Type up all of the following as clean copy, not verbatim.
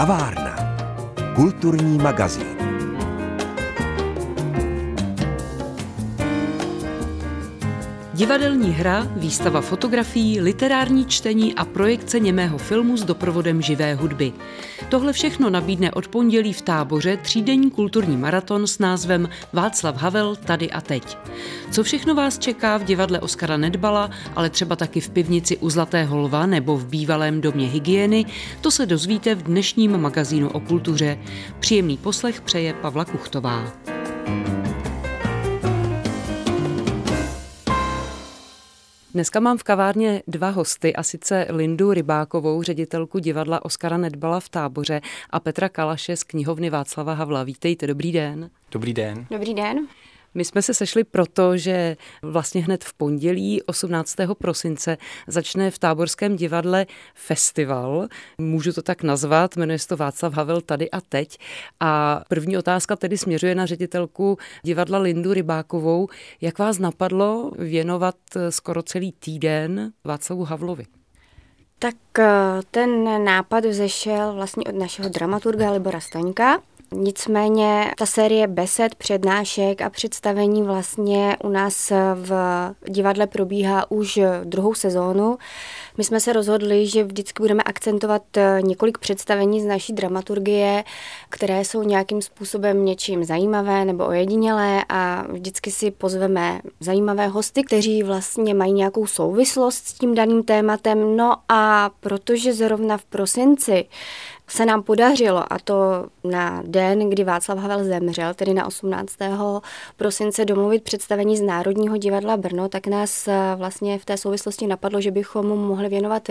Kavárna. Kulturní magazín. Divadelní hra, výstava fotografií, literární čtení a projekce němého filmu s doprovodem živé hudby. Tohle všechno nabídne od pondělí v Táboře třídenní kulturní maraton s názvem Václav Havel tady a teď. Co všechno vás čeká v divadle Oskara Nedbala, ale třeba taky v pivnici u Zlatého lva nebo v bývalém domě hygieny, to se dozvíte v dnešním magazínu o kultuře. Příjemný poslech přeje Pavla Kuchtová. Dneska mám v kavárně dva hosty, a sice Lindu Rybákovou, ředitelku divadla Oskara Nedbala v Táboře, a Petra Kalaše z knihovny Václava Havla. Vítejte, dobrý den. Dobrý den. Dobrý den. My jsme se sešli proto, že vlastně hned v pondělí 18. prosince začne v Táborském divadle festival, můžu to tak nazvat, jmenuje se to Václav Havel tady a teď. A první otázka tedy směřuje na ředitelku divadla Lindu Rybákovou. Jak vás napadlo věnovat skoro celý týden Václavu Havlovi? Tak ten nápad vzešel vlastně od našeho dramaturga Libora Staňka. Nicméně ta série besed, přednášek a představení vlastně u nás v divadle probíhá už druhou sezónu. My jsme se rozhodli, že vždycky budeme akcentovat několik představení z naší dramaturgie, které jsou nějakým způsobem něčím zajímavé nebo ojedinělé, a vždycky si pozveme zajímavé hosty, kteří vlastně mají nějakou souvislost s tím daným tématem. No a protože zrovna v prosinci se nám podařilo, a to na den, kdy Václav Havel zemřel, tedy na 18. prosince, domluvit představení z Národního divadla Brno, tak nás vlastně v té souvislosti napadlo, že bychom mu mohli věnovat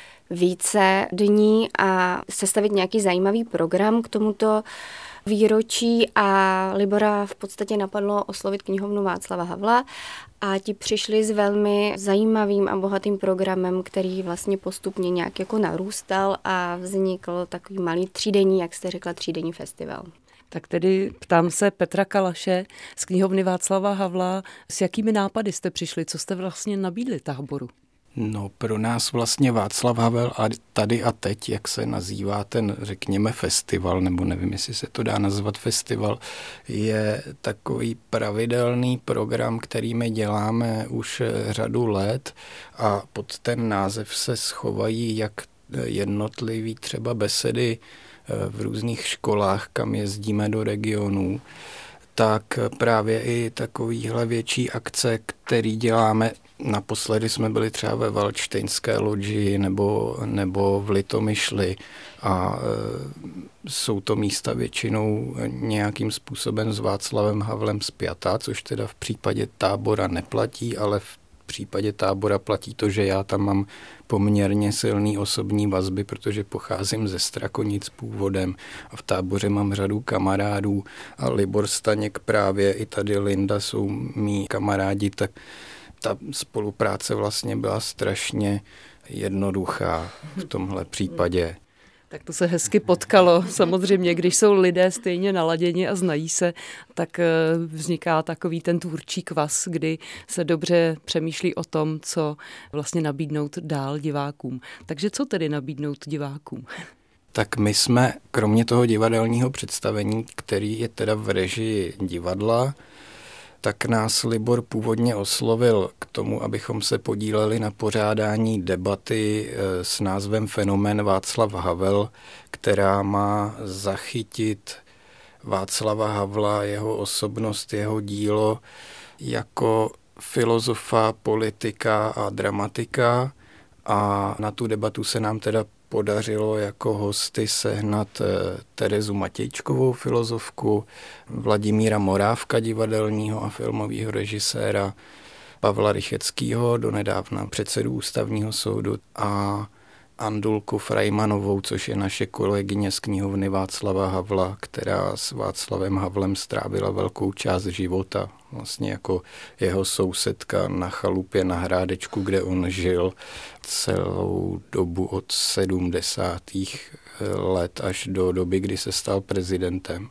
více dní a sestavit nějaký zajímavý program k tomuto výročí, a Libora v podstatě napadlo oslovit knihovnu Václava Havla a ti přišli s velmi zajímavým a bohatým programem, který vlastně postupně nějak jako narůstal a vznikl takový malý třídenní, jak jste řekla, třídenní festival. Tak tedy ptám se Petra Kalaše z knihovny Václava Havla, s jakými nápady jste přišli, co jste vlastně nabídli Táboru? No, pro nás vlastně Václav Havel a tady a teď, jak se nazývá ten, řekněme, festival, nebo nevím, jestli se to dá nazvat festival, je takový pravidelný program, který my děláme už řadu let, a pod ten název se schovají jak jednotlivý třeba besedy v různých školách, kam jezdíme do regionů, tak právě i takovýhle větší akce, který děláme. Naposledy jsme byli třeba ve Valdštejnské lodži nebo v Litomyšli, a jsou to místa většinou nějakým způsobem s Václavem Havlem spjatá, což teda v případě Tábora neplatí, ale v případě Tábora platí to, že já tam mám poměrně silný osobní vazby, protože pocházím ze Strakonic původem a v Táboře mám řadu kamarádů, a Libor Staněk právě i tady Linda jsou mý kamarádi, tak ta spolupráce vlastně byla strašně jednoduchá v tomhle případě. Tak to se hezky potkalo. Samozřejmě, když jsou lidé stejně naladěni a znají se, tak vzniká takový ten tvůrčí kvas, kdy se dobře přemýšlí o tom, co vlastně nabídnout dál divákům. Takže co tedy nabídnout divákům? Tak my jsme, kromě toho divadelního představení, který je teda v režii divadla, tak nás Libor původně oslovil k tomu, abychom se podíleli na pořádání debaty s názvem Fenomén Václav Havel, která má zachytit Václava Havla, jeho osobnost, jeho dílo jako filozofa, politika a dramatika. A na tu debatu se nám teda podařilo jako hosty sehnat Terezu Matějčkovou, filozofku, Vladimíra Morávka, divadelního a filmového režiséra, Pavla Rycheckýho, donedávna předsedu Ústavního soudu, a Andulku Frajmanovou, což je naše kolegyně z knihovny Václava Havla, která s Václavem Havlem strávila velkou část života, vlastně jako jeho sousedka na chalupě na Hrádečku, kde on žil celou dobu od 70. let až do doby, kdy se stal prezidentem.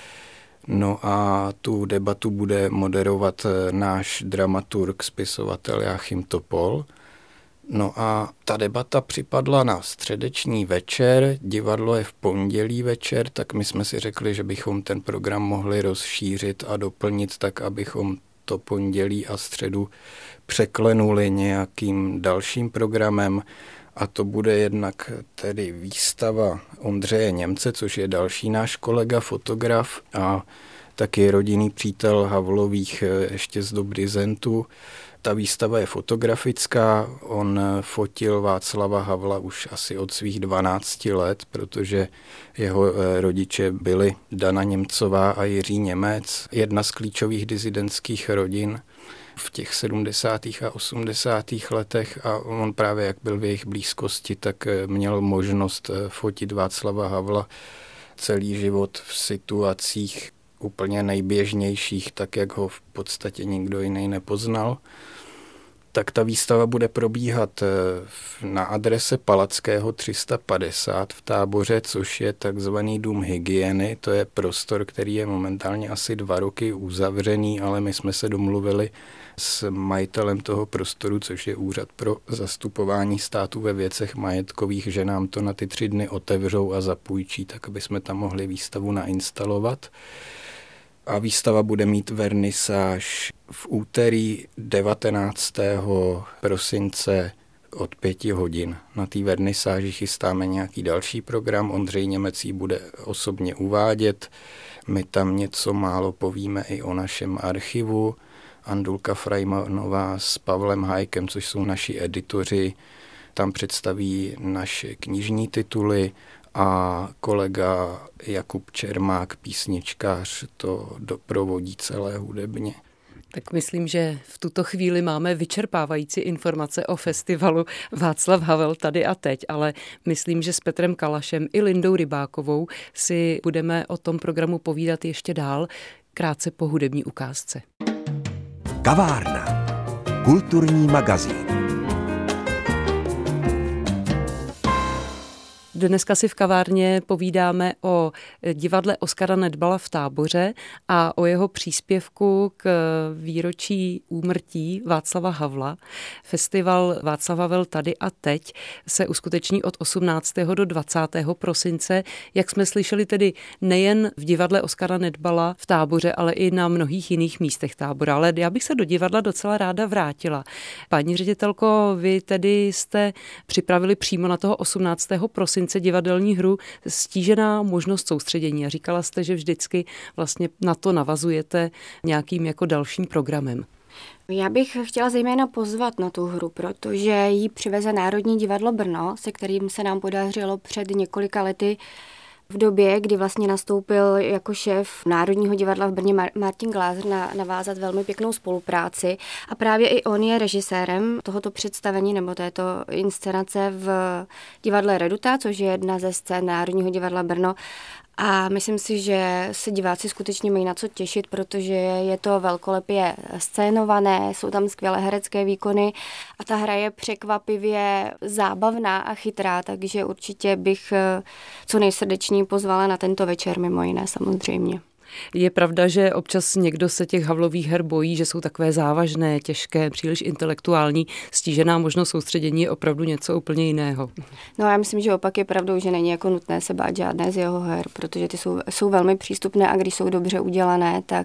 No a tu debatu bude moderovat náš dramaturg, spisovatel Jáchym Topol. No a ta debata připadla na středeční večer, divadlo je v pondělí večer, tak my jsme si řekli, že bychom ten program mohli rozšířit a doplnit tak, abychom to pondělí a středu překlenuli nějakým dalším programem. A to bude jednak tedy výstava Ondřeje Němce, což je další náš kolega, fotograf a taky rodinný přítel Havlových ještě z Dobryzentu. Ta výstava je fotografická, on fotil Václava Havla už asi od svých 12 let, protože jeho rodiče byli Dana Němcová a Jiří Němec, jedna z klíčových disidentských rodin v těch 70. a 80. letech a on právě jak byl v jejich blízkosti, tak měl možnost fotit Václava Havla celý život v situacích úplně nejběžnějších, tak jak ho v podstatě nikdo jiný nepoznal. Tak ta výstava bude probíhat na adrese Palackého 350 v Táboře, což je takzvaný dům hygieny. To je prostor, který je momentálně asi 2 roky uzavřený, ale my jsme se domluvili s majitelem toho prostoru, což je Úřad pro zastupování státu ve věcech majetkových, že nám to na ty 3 dny otevřou a zapůjčí, tak aby jsme tam mohli výstavu nainstalovat. A výstava bude mít vernisáž v úterý 19. prosince od 5 hodin. Na té vernisáži chystáme nějaký další program, Ondřej Němec ji bude osobně uvádět, my tam něco málo povíme i o našem archivu, Andulka Frajmanová s Pavlem Hajkem, což jsou naši editoři, tam představí naše knižní tituly a kolega Jakub Čermák, písničkář, to doprovodí celé hudebně. Tak myslím, že v tuto chvíli máme vyčerpávající informace o festivalu Václav Havel tady a teď, ale myslím, že s Petrem Kalašem i Lindou Rybákovou si budeme o tom programu povídat ještě dál, krátce po hudební ukázce. Kavárna. Kulturní magazín. Dneska si v kavárně povídáme o divadle Oskara Nedbala v Táboře a o jeho příspěvku k výročí úmrtí Václava Havla. Festival Václav Havel tady a teď se uskuteční od 18. do 20. prosince. Jak jsme slyšeli, tedy nejen v divadle Oskara Nedbala v Táboře, ale i na mnohých jiných místech Tábora. Ale já bych se do divadla docela ráda vrátila. Paní ředitelko, vy tedy jste připravili přímo na toho 18. prosince divadelní hru Stížená možnost soustředění a říkala jste, že vždycky vlastně na to navazujete nějakým jako dalším programem. Já bych chtěla zejména pozvat na tu hru, protože ji přiveze Národní divadlo Brno, se kterým se nám podařilo před několika lety v době, kdy vlastně nastoupil jako šéf Národního divadla v Brně Martin Glázer navázat velmi pěknou spolupráci a právě i on je režisérem tohoto představení nebo této inscenace v divadle Reduta, což je jedna ze scén Národního divadla Brno. A myslím si, že se diváci skutečně mají na co těšit, protože je to velkolepě scénované, jsou tam skvělé herecké výkony a ta hra je překvapivě zábavná a chytrá, takže určitě bych co nejsrdečněji pozvala na tento večer, mimo jiné samozřejmě. Je pravda, že občas někdo se těch Havlových her bojí, že jsou takové závažné, těžké, příliš intelektuální. Stížená možnost soustředění je opravdu něco úplně jiného. No já myslím, že opak je pravdou, že není jako nutné se bát žádné z jeho her, protože ty jsou velmi přístupné a když jsou dobře udělané, tak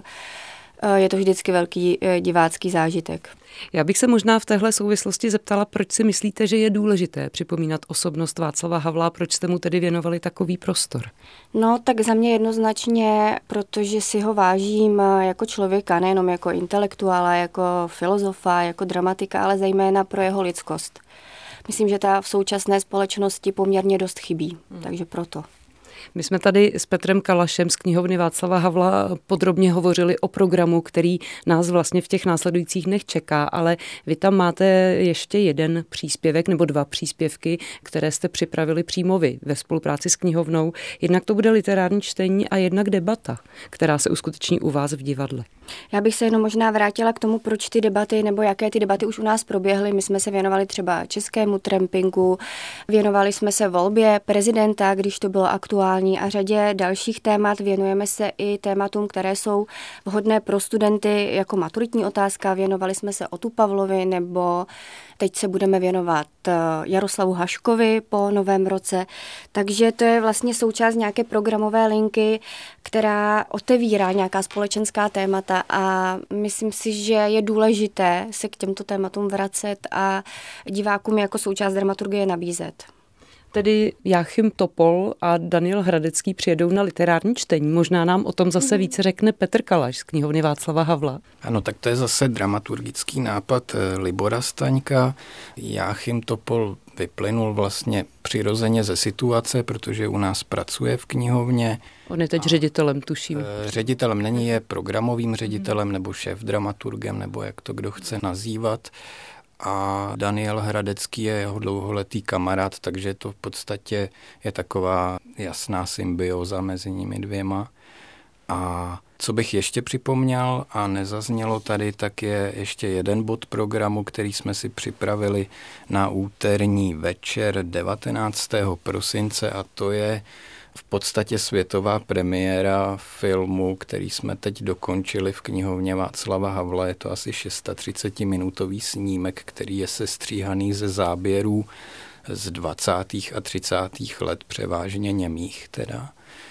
je to vždycky velký divácký zážitek. Já bych se možná v téhle souvislosti zeptala, proč si myslíte, že je důležité připomínat osobnost Václava Havla, proč jste mu tedy věnovali takový prostor? No tak za mě jednoznačně, protože si ho vážím jako člověka, nejenom jako intelektuála, jako filozofa, jako dramatika, ale zejména pro jeho lidskost. Myslím, že ta v současné společnosti poměrně dost chybí, takže proto. My jsme tady s Petrem Kalašem z knihovny Václava Havla podrobně hovořili o programu, který nás vlastně v těch následujících dnech čeká, ale vy tam máte ještě jeden příspěvek nebo 2 příspěvky, které jste připravili přímo vy ve spolupráci s knihovnou. Jednak to bude literární čtení a jednak debata, která se uskuteční u vás v divadle. Já bych se jenom možná vrátila k tomu, proč ty debaty nebo jaké ty debaty už u nás proběhly. My jsme se věnovali třeba českému trampingu, věnovali jsme se volbě prezidenta, když to bylo aktuální. aktuální a řadě dalších témat. Věnujeme se i tématům, které jsou vhodné pro studenty jako maturitní otázka. Věnovali jsme se Otu Pavlovi, nebo teď se budeme věnovat Jaroslavu Haškovi po Novém roce. Takže to je vlastně součást nějaké programové linky, která otevírá nějaká společenská témata a myslím si, že je důležité se k těmto tématům vracet a divákům jako součást dramaturgie nabízet. Tedy Jáchym Topol a Daniel Hradecký přijedou na literární čtení. Možná nám o tom zase více řekne Petr Kalaš z knihovny Václava Havla. Ano, tak to je zase dramaturgický nápad Libora Staňka. Jáchym Topol vyplynul vlastně přirozeně ze situace, protože u nás pracuje v knihovně. On je teď ředitelem, tuším. Ředitelem není, je programovým ředitelem nebo šéfdramaturgem, nebo jak to kdo chce nazývat. A Daniel Hradecký je jeho dlouholetý kamarád, takže to v podstatě je taková jasná symbioza mezi nimi dvěma. A co bych ještě připomněl a nezaznělo tady, tak je ještě jeden bod programu, který jsme si připravili na úterní večer 19. prosince a to je v podstatě světová premiéra filmu, který jsme teď dokončili v knihovně Václava Havla. Je to asi 630-minutový snímek, který je sestříhaný ze záběrů z 20. a 30. let, převážně němých teda.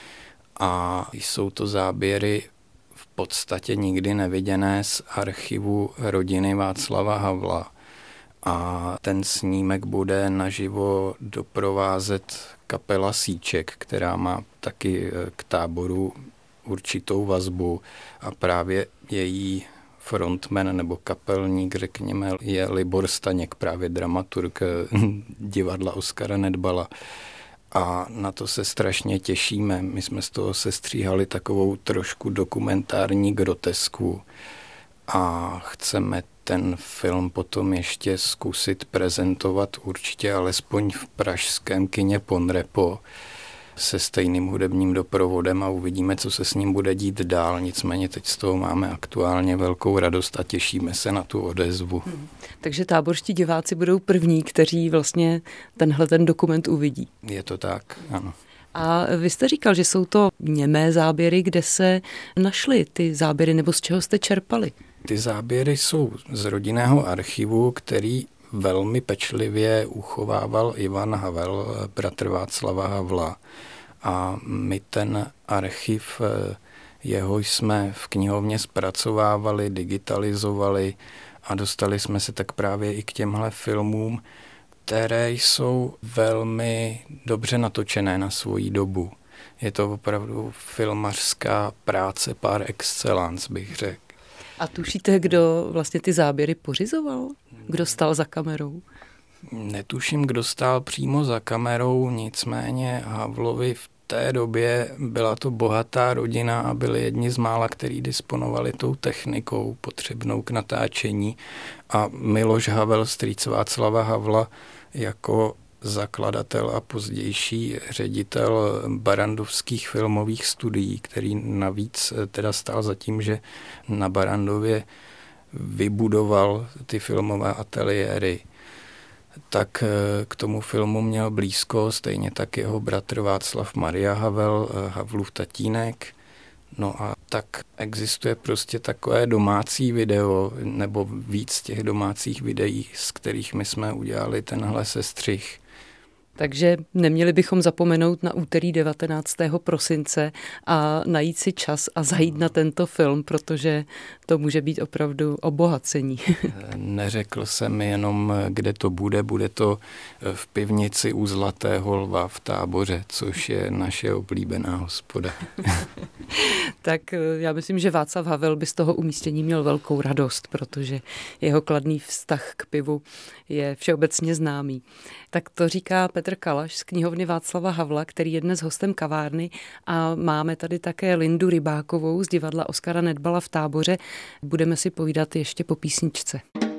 A jsou to záběry v podstatě nikdy neviděné z archivu rodiny Václava Havla. A ten snímek bude naživo doprovázet kapela Síček, která má taky k táboru určitou vazbu a právě její frontman nebo kapelník, řekněme, je Libor Staněk, právě dramaturg divadla Oskara Nedbala. A na to se strašně těšíme. My jsme z toho sestříhali takovou trošku dokumentární grotesku a chceme ten film potom ještě zkusit prezentovat určitě alespoň v pražském kině Ponrepo se stejným hudebním doprovodem a uvidíme, co se s ním bude dít dál. Nicméně teď z toho máme aktuálně velkou radost a těšíme se na tu odezvu. Takže táborští diváci budou první, kteří vlastně ten dokument uvidí. Je to tak, ano. A vy jste říkal, že jsou to němé záběry, kde se našly ty záběry, nebo z čeho jste čerpali? Ty záběry jsou z rodinného archivu, který velmi pečlivě uchovával Ivan Havel, bratr Václava Havla. A my ten archiv, jeho jsme v knihovně zpracovávali, digitalizovali a dostali jsme se tak právě i k těmhle filmům, které jsou velmi dobře natočené na svoji dobu. Je to opravdu filmařská práce par excellence, bych řekl. A tušíte, kdo vlastně ty záběry pořizoval? Kdo stál za kamerou? Netuším, kdo stál přímo za kamerou, nicméně Havlovi v té době byla to bohatá rodina a byli jedni z mála, kteří disponovali tou technikou potřebnou k natáčení. A Miloš Havel, strýc Václava Havla, jako zakladatel a pozdější ředitel barandovských filmových studií, který navíc teda stál za tím, že na Barandově vybudoval ty filmové ateliéry, tak k tomu filmu měl blízko, stejně tak jeho bratr Václav Maria Havel, Havlův tatínek. No a tak existuje prostě takové domácí video, nebo víc těch domácích videí, z kterých my jsme udělali tenhle sestřih. Takže neměli bychom zapomenout na úterý 19. prosince a najít si čas a zajít na tento film, protože to může být opravdu obohacení. Neřekl jsem jenom, kde to bude. Bude to v pivnici u Zlatého lva v Táboře, což je naše oblíbená hospoda. Tak já myslím, že Václav Havel by z toho umístění měl velkou radost, protože jeho kladný vztah k pivu je všeobecně známý. Tak to říká Petr Kalaš z knihovny Václava Havla, který je dnes hostem kavárny, a máme tady také Lindu Rybákovou z divadla Oskara Nedbala v Táboře. Budeme si povídat ještě po písničce.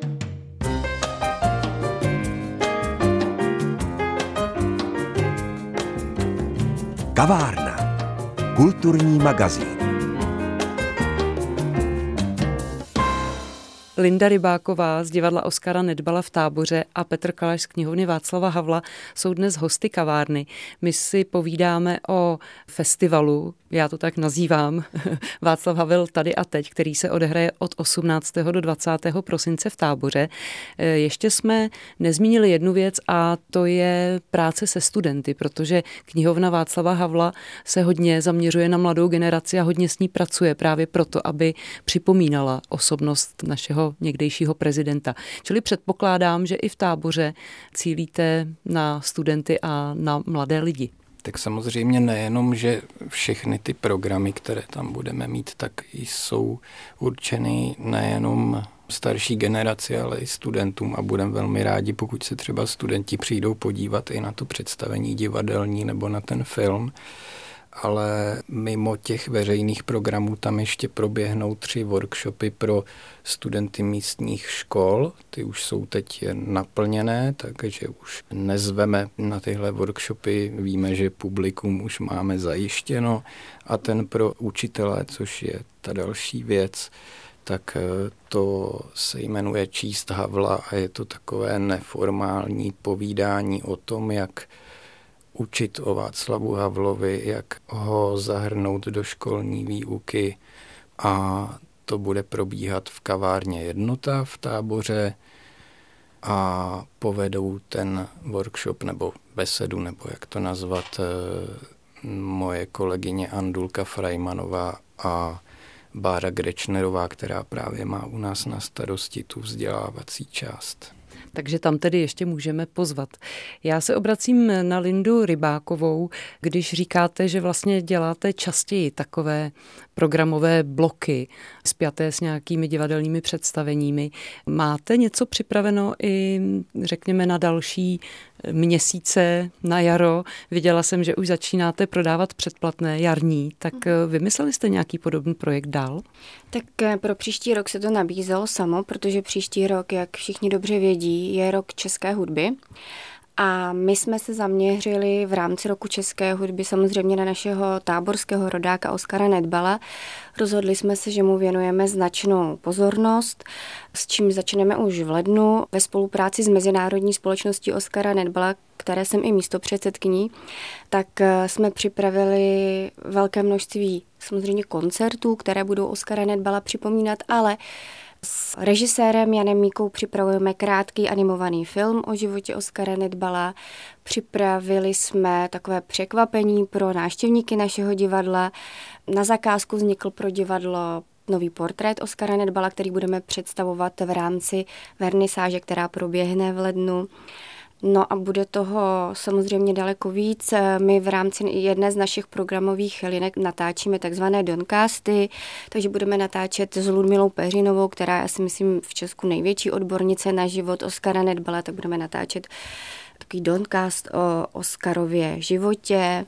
Kavárna. Kulturní magazín. Linda Rybáková z divadla Oskara Nedbala v Táboře a Petr Kalaš z knihovny Václava Havla jsou dnes hosty kavárny. My si povídáme o festivalu, já to tak nazývám, Václav Havel tady a teď, který se odehraje od 18. do 20. prosince v Táboře. Ještě jsme nezmínili jednu věc a to je práce se studenty, protože knihovna Václava Havla se hodně zaměřuje na mladou generaci a hodně s ní pracuje právě proto, aby připomínala osobnost našeho někdejšího prezidenta. Čili předpokládám, že i v Táboře cílíte na studenty a na mladé lidi. Tak samozřejmě nejenom, že všechny ty programy, které tam budeme mít, tak jsou určeny nejenom starší generaci, ale i studentům a budeme velmi rádi, pokud se třeba studenti přijdou podívat i na to představení divadelní nebo na ten film. Ale mimo těch veřejných programů tam ještě proběhnou 3 workshopy pro studenty místních škol. Ty už jsou teď naplněné, takže už nezveme na tyhle workshopy. Víme, že publikum už máme zajištěno a ten pro učitele, což je ta další věc, tak to se jmenuje Číst Havla a je to takové neformální povídání o tom, jak učit o Václavu Havlovi, jak ho zahrnout do školní výuky a to bude probíhat v kavárně Jednota v Táboře a povedou ten workshop nebo besedu, nebo jak to nazvat, moje kolegyně Andulka Frajmanová a Bára Grečnerová, která právě má u nás na starosti tu vzdělávací část. Takže tam tedy ještě můžeme pozvat. Já se obracím na Lindu Rybákovou, když říkáte, že vlastně děláte častěji takové programové bloky spjaté s nějakými divadelními představeními. Máte něco připraveno i, řekněme, na další měsíce, na jaro? Viděla jsem, že už začínáte prodávat předplatné jarní, tak vymysleli jste nějaký podobný projekt dál? Tak pro příští rok se to nabízelo samo, protože příští rok, jak všichni dobře vědí, je rok české hudby. A my jsme se zaměřili v rámci roku české hudby samozřejmě na našeho táborského rodáka Oskara Nedbala. Rozhodli jsme se, že mu věnujeme značnou pozornost, s čím začneme už v lednu ve spolupráci s Mezinárodní společností Oskara Nedbala, které jsem i místopředsedkyní, tak jsme připravili velké množství samozřejmě koncertů, které budou Oskara Nedbala připomínat, ale s režisérem Janem Míkou připravujeme krátký animovaný film o životě Oskara Nedbala. Připravili jsme takové překvapení pro návštěvníky našeho divadla. Na zakázku vznikl pro divadlo nový portrét Oskara Nedbala, který budeme představovat v rámci vernisáže, která proběhne v lednu. No a bude toho samozřejmě daleko víc. My v rámci jedné z našich programových linek natáčíme takzvané doncasty, takže budeme natáčet s Ludmilou Peřinovou, která já si myslím v Česku největší odbornice na život Oskara Nedbala, tak budeme natáčet takový doncast o Oskarově životě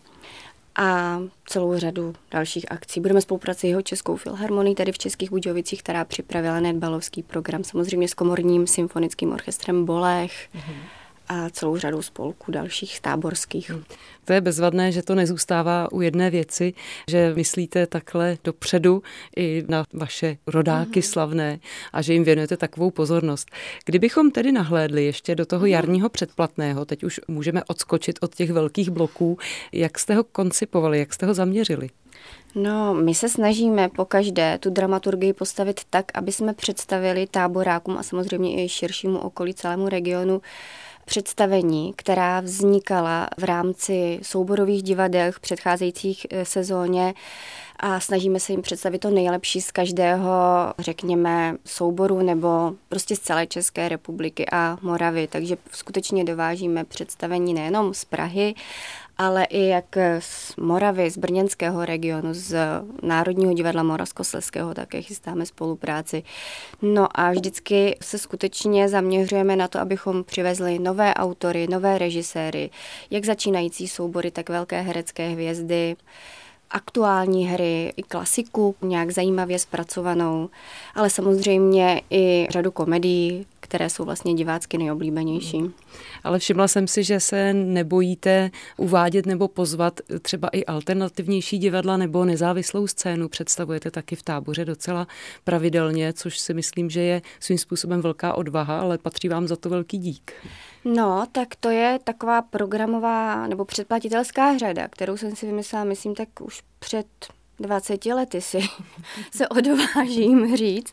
a celou řadu dalších akcí. Budeme spolupracovat s jeho Českou filharmonií, tady v Českých Budějovicích, která připravila nedbalovský program, samozřejmě s komorním symfonickým orchestrem Bolech. A celou řadu spolků dalších táborských. To je bezvadné, že to nezůstává u jedné věci, že myslíte takhle dopředu i na vaše rodáky slavné a že jim věnujete takovou pozornost. Kdybychom tedy nahlédli ještě do toho jarního předplatného, teď už můžeme odskočit od těch velkých bloků, jak jste ho koncipovali, jak jste ho zaměřili? No, my se snažíme pokaždé tu dramaturgii postavit tak, aby jsme představili táborákům a samozřejmě i širšímu okolí, celému regionu představení, která vznikala v rámci souborových divadel v předcházejících sezóně a snažíme se jim představit to nejlepší z každého, řekněme, souboru nebo prostě z celé České republiky a Moravy. Takže skutečně dovážíme představení nejenom z Prahy, ale i jak z Moravy, z brněnského regionu, z Národního divadla Moravskoslezského také chystáme spolupráci. No a vždycky se skutečně zaměřujeme na to, abychom přivezli nové autory, nové režiséry, jak začínající soubory, tak velké herecké hvězdy, aktuální hry, i klasiku, nějak zajímavě zpracovanou, ale samozřejmě i řadu komedií, které jsou vlastně divácky nejoblíbenější. Ale všimla jsem si, že se nebojíte uvádět nebo pozvat třeba i alternativnější divadla nebo nezávislou scénu. Představujete taky v Táboře docela pravidelně, což si myslím, že je svým způsobem velká odvaha, ale patří vám za to velký dík. No, tak to je taková programová nebo předplatitelská řada, kterou jsem si vymyslela, myslím, tak už před 20 lety si se odvážím říct,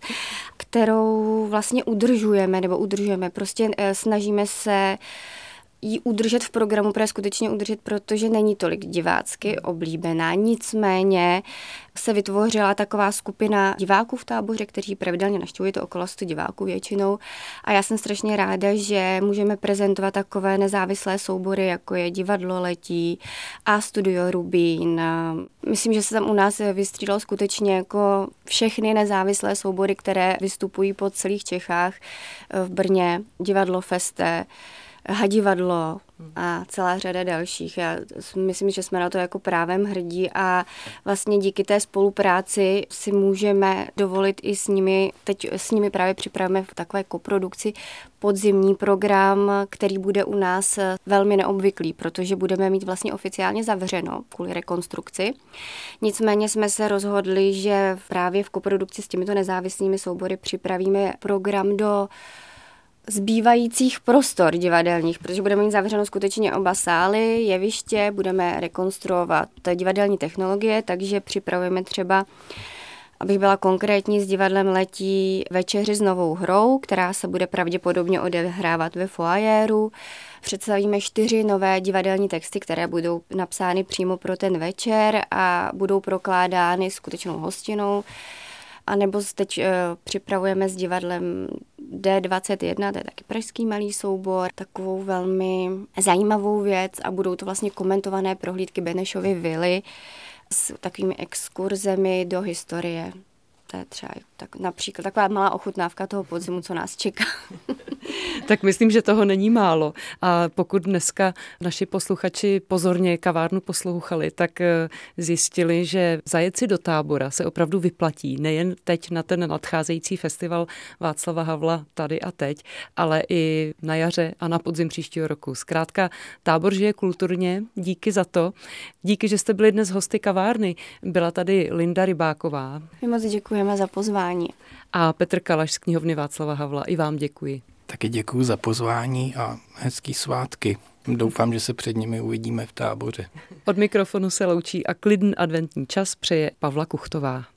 kterou vlastně udržujeme, prostě snažíme se ji udržet v programu, protože není tolik divácky oblíbená. Nicméně se vytvořila taková skupina diváků v Táboře, kteří pravidelně navštěvují, to okolo 100 diváků většinou. A já jsem strašně ráda, že můžeme prezentovat takové nezávislé soubory, jako je Divadlo letí a Studio Rubín. Myslím, že se tam u nás vystřídalo skutečně jako všechny nezávislé soubory, které vystupují po celých Čechách, v Brně, Divadlo Feste, Hadivadlo a celá řada dalších. Já myslím, že jsme na to jako právem hrdí a vlastně díky té spolupráci si můžeme dovolit i s nimi, teď s nimi právě připravíme v takové koprodukci podzimní program, který bude u nás velmi neobvyklý, protože budeme mít vlastně oficiálně zavřeno kvůli rekonstrukci. Nicméně jsme se rozhodli, že právě v koprodukci s těmito nezávislými soubory připravíme program do zbývajících prostor divadelních, protože budeme mít zavřeno skutečně oba sály, jeviště, budeme rekonstruovat divadelní technologie, takže připravujeme třeba, abych byla konkrétní, s Divadlem letí večeři s novou hrou, která se bude pravděpodobně odehrávat ve foajéru. Představíme 4 nové divadelní texty, které budou napsány přímo pro ten večer a budou prokládány skutečnou hostinou. A nebo teď připravujeme s divadlem D21, to je taky pražský malý soubor, takovou velmi zajímavou věc a budou to vlastně komentované prohlídky Benešovy vily s takovými exkurzemi do historie. To je třeba například taková malá ochutnávka toho podzimu, co nás čeká. Tak myslím, že toho není málo. A pokud dneska naši posluchači pozorně kavárnu poslouchali, tak zjistili, že zajet si do Tábora se opravdu vyplatí. Nejen teď na ten nadcházející festival Václava Havla tady a teď, ale i na jaře a na podzim příštího roku. Zkrátka, Tábor žije kulturně. Díky za to. Díky, že jste byli dnes hosty kavárny. Byla tady Linda Rybáková. My moc děkujeme za pozvání. A Petr Kalaš z knihovny Václava Havla. I vám děkuji. Taky děkuji za pozvání a hezký svátky. Doufám, že se před nimi uvidíme v Táboře. Od mikrofonu se loučí a klidný adventní čas přeje Pavla Kuchtová.